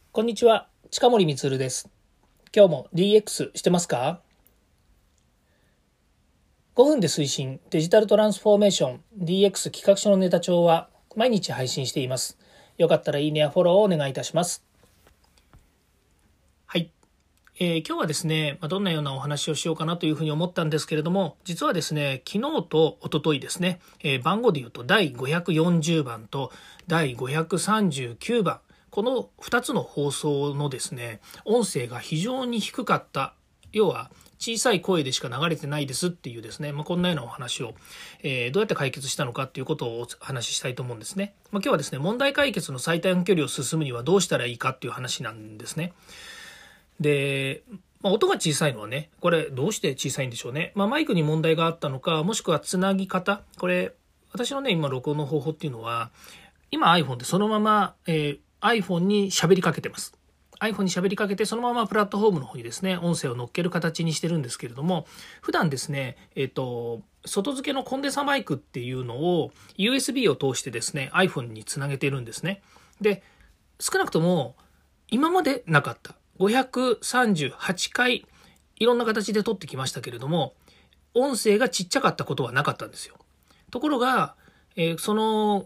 こんにちは、近森光です。今日も DX してますか？ 5 分で推進デジタルトランスフォーメーション DX 企画書のネタ帳は毎日配信しています。よかったらいいねやフォローをお願いいたします。はい。今日はですね、どんなようなお話をしようかなというふうに思ったんですけれども、実はですね、昨日と一昨日ですね、番号で言うと第540番と第539番、この2つの放送のですね、音声が非常に低かった、要は小さい声でしか流れてないですっていうですね、こんなようなお話を、どうやって解決したのかっていうことをお話ししたいと思うんですね。今日はですね、問題解決の最短距離を進むにはどうしたらいいかっていう話なんですね。で、音が小さいのはね、これどうして小さいんでしょうね。マイクに問題があったのか、もしくはつなぎ方。これ、私のね、今録音の方法っていうのは、今 iPhone でそのまま、iPhone に喋りかけてます。iPhone に喋りかけて、そのままプラットフォームの方にですね、音声を乗っける形にしてるんですけれども、普段ですね、外付けのコンデンサマイクっていうのを USB を通してですね、iPhone につなげてるんですね。で、少なくとも今までなかった。538回いろんな形で撮ってきましたけれども、音声がちっちゃかったことはなかったんですよ。ところが、その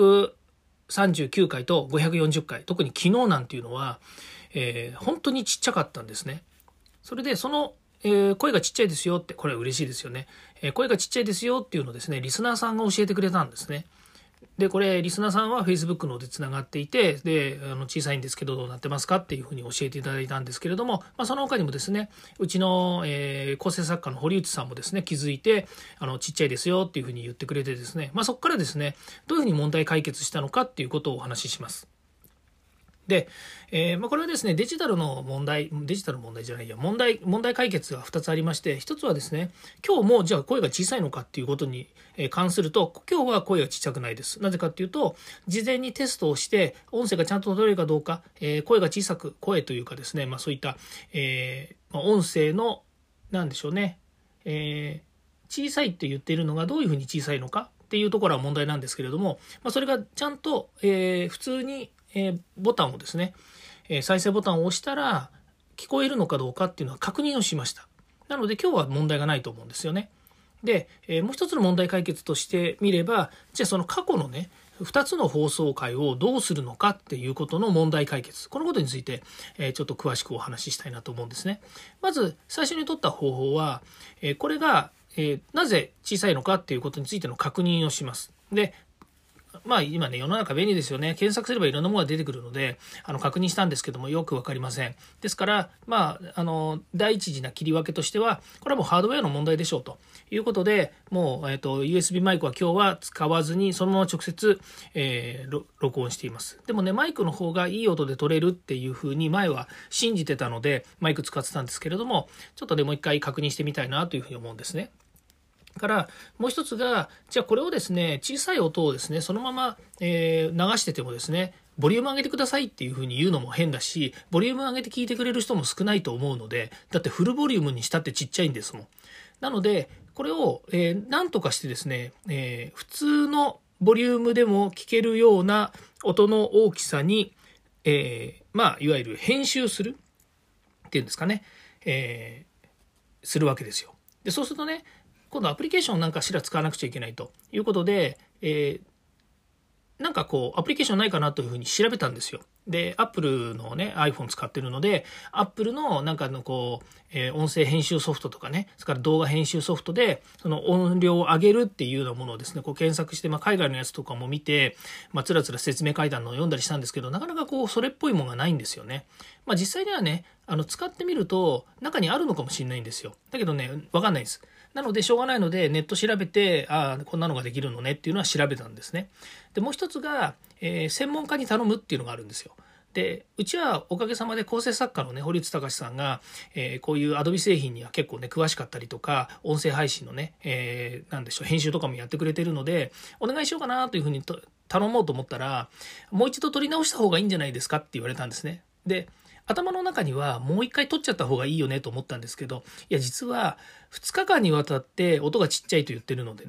539回と540回、特に昨日なんていうのは、本当にちっちゃかったんですね。それでその、声がちっちゃいですよって、これは嬉しいですよね。声がちっちゃいですよっていうのをですね、リスナーさんが教えてくれたんですね。で、これ、リスナーさんは Facebook のでつながっていて、で、小さいんですけどどうなってますかっていうふうに教えていただいたんですけれども、その他にもですね、うちの、構成作家の堀内さんもですね、気づいて、ちっちゃいですよっていうふうに言ってくれてですね、そこからですね、どういうふうに問題解決したのかっていうことをお話しします。で、これはですね、デジタル問題じゃないや、問題解決が2つありまして、1つはですね、今日もじゃあ声が小さいのかっていうことに関すると、今日は声がちっちゃくないです。なぜかっていうと、事前にテストをして、音声がちゃんと取れるかどうか、声が小さく、声というかですね、そういった、音声の、なんでしょうね、小さいって言っているのがどういうふうに小さいのかっていうところは問題なんですけれども、それがちゃんと、普通にボタンをですね、再生ボタンを押したら聞こえるのかどうかっていうのは確認をしました。なので今日は問題がないと思うんですよね。で、もう一つの問題解決としてみれば、じゃあその過去のね、2つの放送回をどうするのかっていうことの問題解決。このことについて、ちょっと詳しくお話ししたいなと思うんですね。まず最初に取った方法は、これが、なぜ小さいのかっていうことについての確認をします。で、今ね、世の中便利ですよね。検索すればいろんなものが出てくるので、確認したんですけども、よくわかりません。ですから、第一次な切り分けとしては、これはもうハードウェアの問題でしょうということで、もう、USB マイクは今日は使わずに、そのまま直接、録音しています。でもね、マイクの方がいい音で撮れるっていうふうに前は信じてたので、マイク使ってたんですけれども、ちょっとね、もう一回確認してみたいなというふうに思うんですね。からもう一つが、じゃあこれをですね、小さい音をですね、そのまま、流しててもですね、ボリューム上げてくださいっていうふうに言うのも変だし、ボリューム上げて聞いてくれる人も少ないと思うので、だってフルボリュームにしたってちっちゃいんですもん。なので、これを、何とかしてですね、普通のボリュームでも聞けるような音の大きさに、いわゆる編集するっていうんですかね、するわけですよ。で、そうするとね、今度アプリケーションなんかしら使わなくちゃいけないということで、なんかこうアプリケーションないかなというふうに調べたんですよ。で、Apple のね iPhone 使ってるので、Apple のなんかのこう、音声編集ソフトとかね、それから動画編集ソフトでその音量を上げるっていうようなものをですね、こう検索して、海外のやつとかも見て、つらつら説明書いたのを読んだりしたんですけど、なかなかこうそれっぽいものがないんですよね。実際にはね、使ってみると中にあるのかもしれないんですよ。だけどね、わかんないです。なのでしょうがないのでネット調べて、こんなのができるのねっていうのは調べたんですね。で、もう一つが、専門家に頼むっていうのがあるんですよ。で、うちはおかげさまで構成作家のね、堀内隆さんが、こういうアドビ製品には結構ね、詳しかったりとか、音声配信のね、なんでしょう、編集とかもやってくれてるので、お願いしようかなというふうに頼もうと思ったら、もう一度撮り直した方がいいんじゃないですかって言われたんですね。で、頭の中にはもう一回撮っちゃった方がいいよねと思ったんですけど、いや実は2日間にわたって音がちっちゃいと言ってるのでね、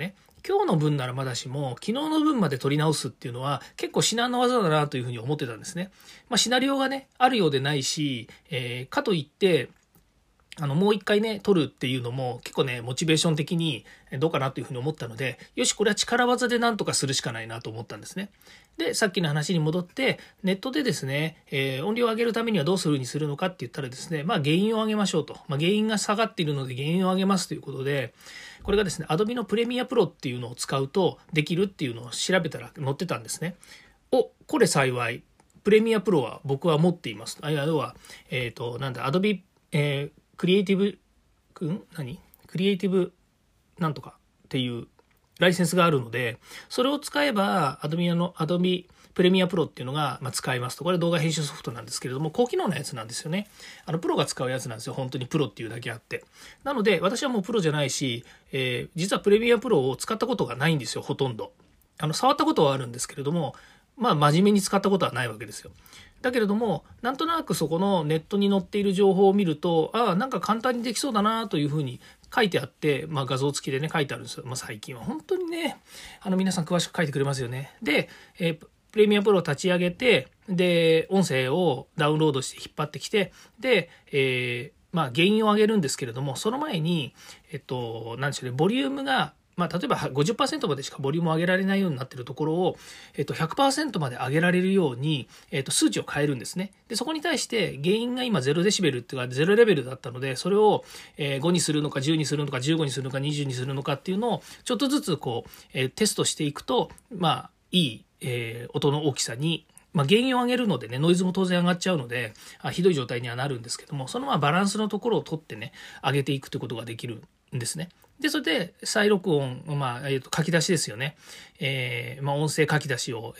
今日の分ならまだしも、昨日の分まで取り直すっていうのは結構至難の技だなというふうに思ってたんですね。シナリオがね、あるようでないし、かといって、もう一回ね、取るっていうのも結構ね、モチベーション的にどうかなというふうに思ったので、よし、これは力技でなんとかするしかないなと思ったんですね。で、さっきの話に戻って、ネットでですね、音量を上げるためにはどうするにするのかって言ったらですね、ゲインを上げましょうと。ゲインが下がっているので、ゲインを上げますということで、これがですね、Adobe のプレミアプロっていうのを使うとできるっていうのを調べたら載ってたんですね。これ幸い。プレミアプロは僕は持っています。要は、Adobe、クリエイティブ、クリエイティブなんとかっていうライセンスがあるので、それを使えば Adobe プレミアプロっていうのが使えますと。これ動画編集ソフトなんですけれども、高機能なやつなんですよね。プロが使うやつなんですよ。本当にプロっていうだけあって。なので、私はもうプロじゃないし、実はプレミアプロを使ったことがないんですよ、ほとんど。触ったことはあるんですけれども、真面目に使ったことはないわけですよ。だけれども、なんとなくそこのネットに載っている情報を見ると、なんか簡単にできそうだなというふうに書いてあって、画像付きでね、書いてあるんですよ。最近は本当にね、皆さん詳しく書いてくれますよね。で、プレミアプロを立ち上げて、で、音声をダウンロードして引っ張ってきて、で、原因を上げるんですけれども、その前に、なんでしょうね、ボリュームが、例えば 50% までしかボリュームを上げられないようになっているところを、100% まで上げられるように、数値を変えるんですね。で、そこに対して原因が今0デシベルっていうか0レベルだったので、それを5にするのか10にするのか15にするのか20にするのかっていうのをちょっとずつテストしていくと、いい、音の大きさに原因を上げるのでね、ノイズも当然上がっちゃうので、ひどい状態にはなるんですけども、そのバランスのところを取ってね、上げていくということができるんですね。で、それで再録音、書き出しですよね。音声書き出しを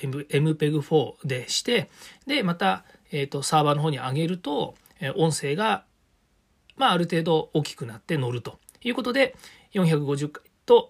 MPEG-4 でして、で、また、サーバーの方に上げると、音声が、ある程度大きくなって乗るということで、450回と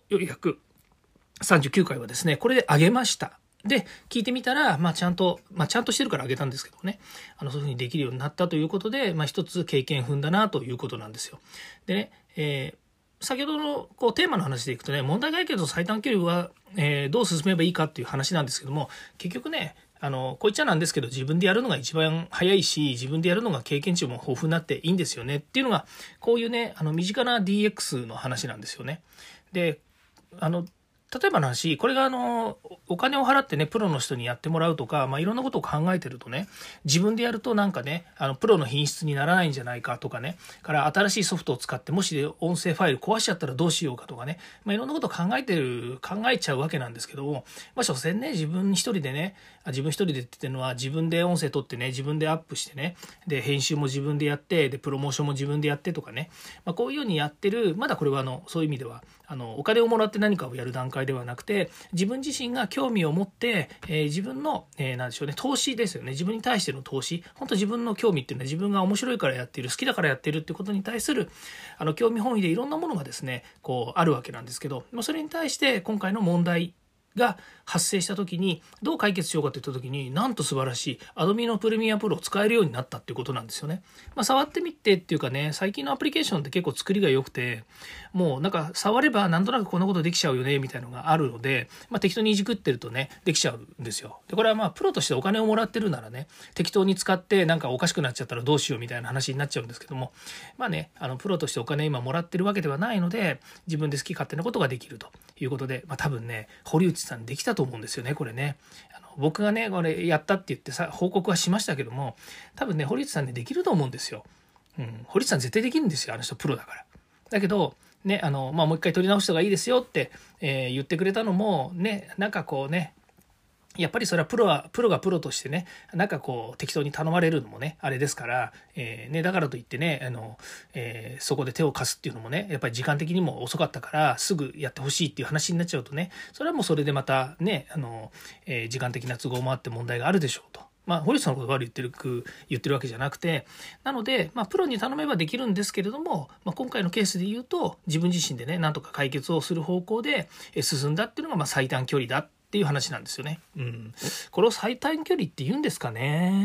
439回はですね、これで上げました。で、聞いてみたら、ちゃんとしてるから上げたんですけどね、そういうふうにできるようになったということで、一つ経験踏んだなということなんですよ。でね、先ほどのテーマの話でいくとね、問題解決の最短距離は、どう進めばいいかっていう話なんですけども、結局ね、こういっちゃなんですけど、自分でやるのが一番早いし、自分でやるのが経験値も豊富になっていいんですよねっていうのが、こういうね、身近な DX の話なんですよね。で、例えばの話、これがお金を払ってね、プロの人にやってもらうとか、いろんなことを考えてるとね、自分でやるとなんかね、プロの品質にならないんじゃないかとかね、から新しいソフトを使って、もし音声ファイル壊しちゃったらどうしようかとかね、いろんなことを考えちゃうわけなんですけども、所詮ね、自分一人でって言ってるのは、自分で音声取ってね、自分でアップしてね、で、編集も自分でやって、で、プロモーションも自分でやってとかね、こういうようにやってる、まだこれはそういう意味では、お金をもらって何かをやる段階ではなくて、自分自身が興味を持って、自分の、なんでしょうね、投資ですよね。自分に対しての投資。本当自分の興味っていうのは自分が面白いからやっている、好きだからやっているってことに対する、興味本位でいろんなものがですね、あるわけなんですけど、それに対して今回の問題が発生した時にどう解決しようかといった時に、なんと素晴らしい Adobe のプレミアプロを使えるようになったっていうことなんですよね。触ってみてっていうかね、最近のアプリケーションって結構作りが良くて、もうなんか触ればなんとなくこんなことできちゃうよねみたいなのがあるので、適当にいじくってるとね、できちゃうんですよ。で、これはプロとしてお金をもらってるならね、適当に使ってなんかおかしくなっちゃったらどうしようみたいな話になっちゃうんですけども、プロとしてお金今もらってるわけではないので、自分で好き勝手なことができるということで、多分ね、堀内さんできたと思うんですよね、これね。僕がね、これやったって言って報告はしましたけども、多分ね、堀内さんね、できると思うんですよ。堀内さん絶対できるんですよ、あの人プロだから。だけど、ね、もう一回撮り直した方がいいですよって、言ってくれたのも、ね、なんかやっぱりそれはプロがプロとしてね、なんか適当に頼まれるのもね、あれですから、だからといってね、そこで手を貸すっていうのもね、やっぱり時間的にも遅かったからすぐやってほしいっていう話になっちゃうとね、それはもうそれでまたね、時間的な都合もあって問題があるでしょうと。堀内さんのこと悪い言ってるわけじゃなくて、なので、プロに頼めばできるんですけれども、今回のケースで言うと、自分自身でね、なんとか解決をする方向で進んだっていうのが最短距離だっていう話なんですよね。これを最短距離って言うんですかね。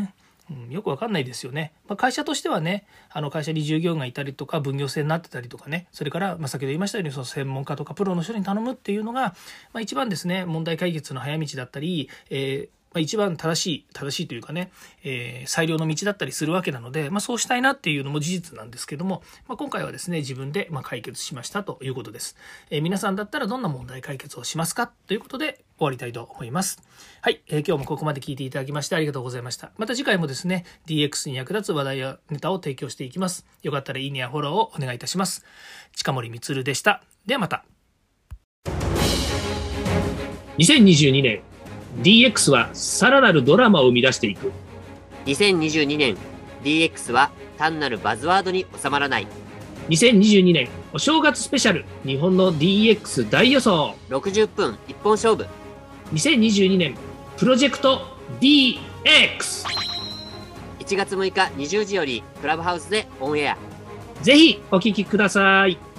よくわかんないですよね。会社としてはね、会社に従業員がいたりとか分業制になってたりとかね、それから、先ほど言いましたようにその専門家とかプロの人に頼むっていうのが、一番ですね、問題解決の早道だったり、一番正しいというかね、最良の道だったりするわけなので、そうしたいなっていうのも事実なんですけども、今回はですね、自分で解決しましたということです。皆さんだったらどんな問題解決をしますかということで終わりたいと思います。はい、今日もここまで聞いていただきましてありがとうございました。また次回もですね、DX に役立つ話題やネタを提供していきます。よかったらいいねやフォローをお願いいたします。近森光でした。ではまた。2022年DX はさらなるドラマを生み出していく。 2022年 DX は単なるバズワードに収まらない。 2022年お正月スペシャル日本の DX 大予想。 60分一本勝負。 2022年プロジェクト DX。 1月6日20時よりクラブハウスでオンエア。 ぜひお聞きください。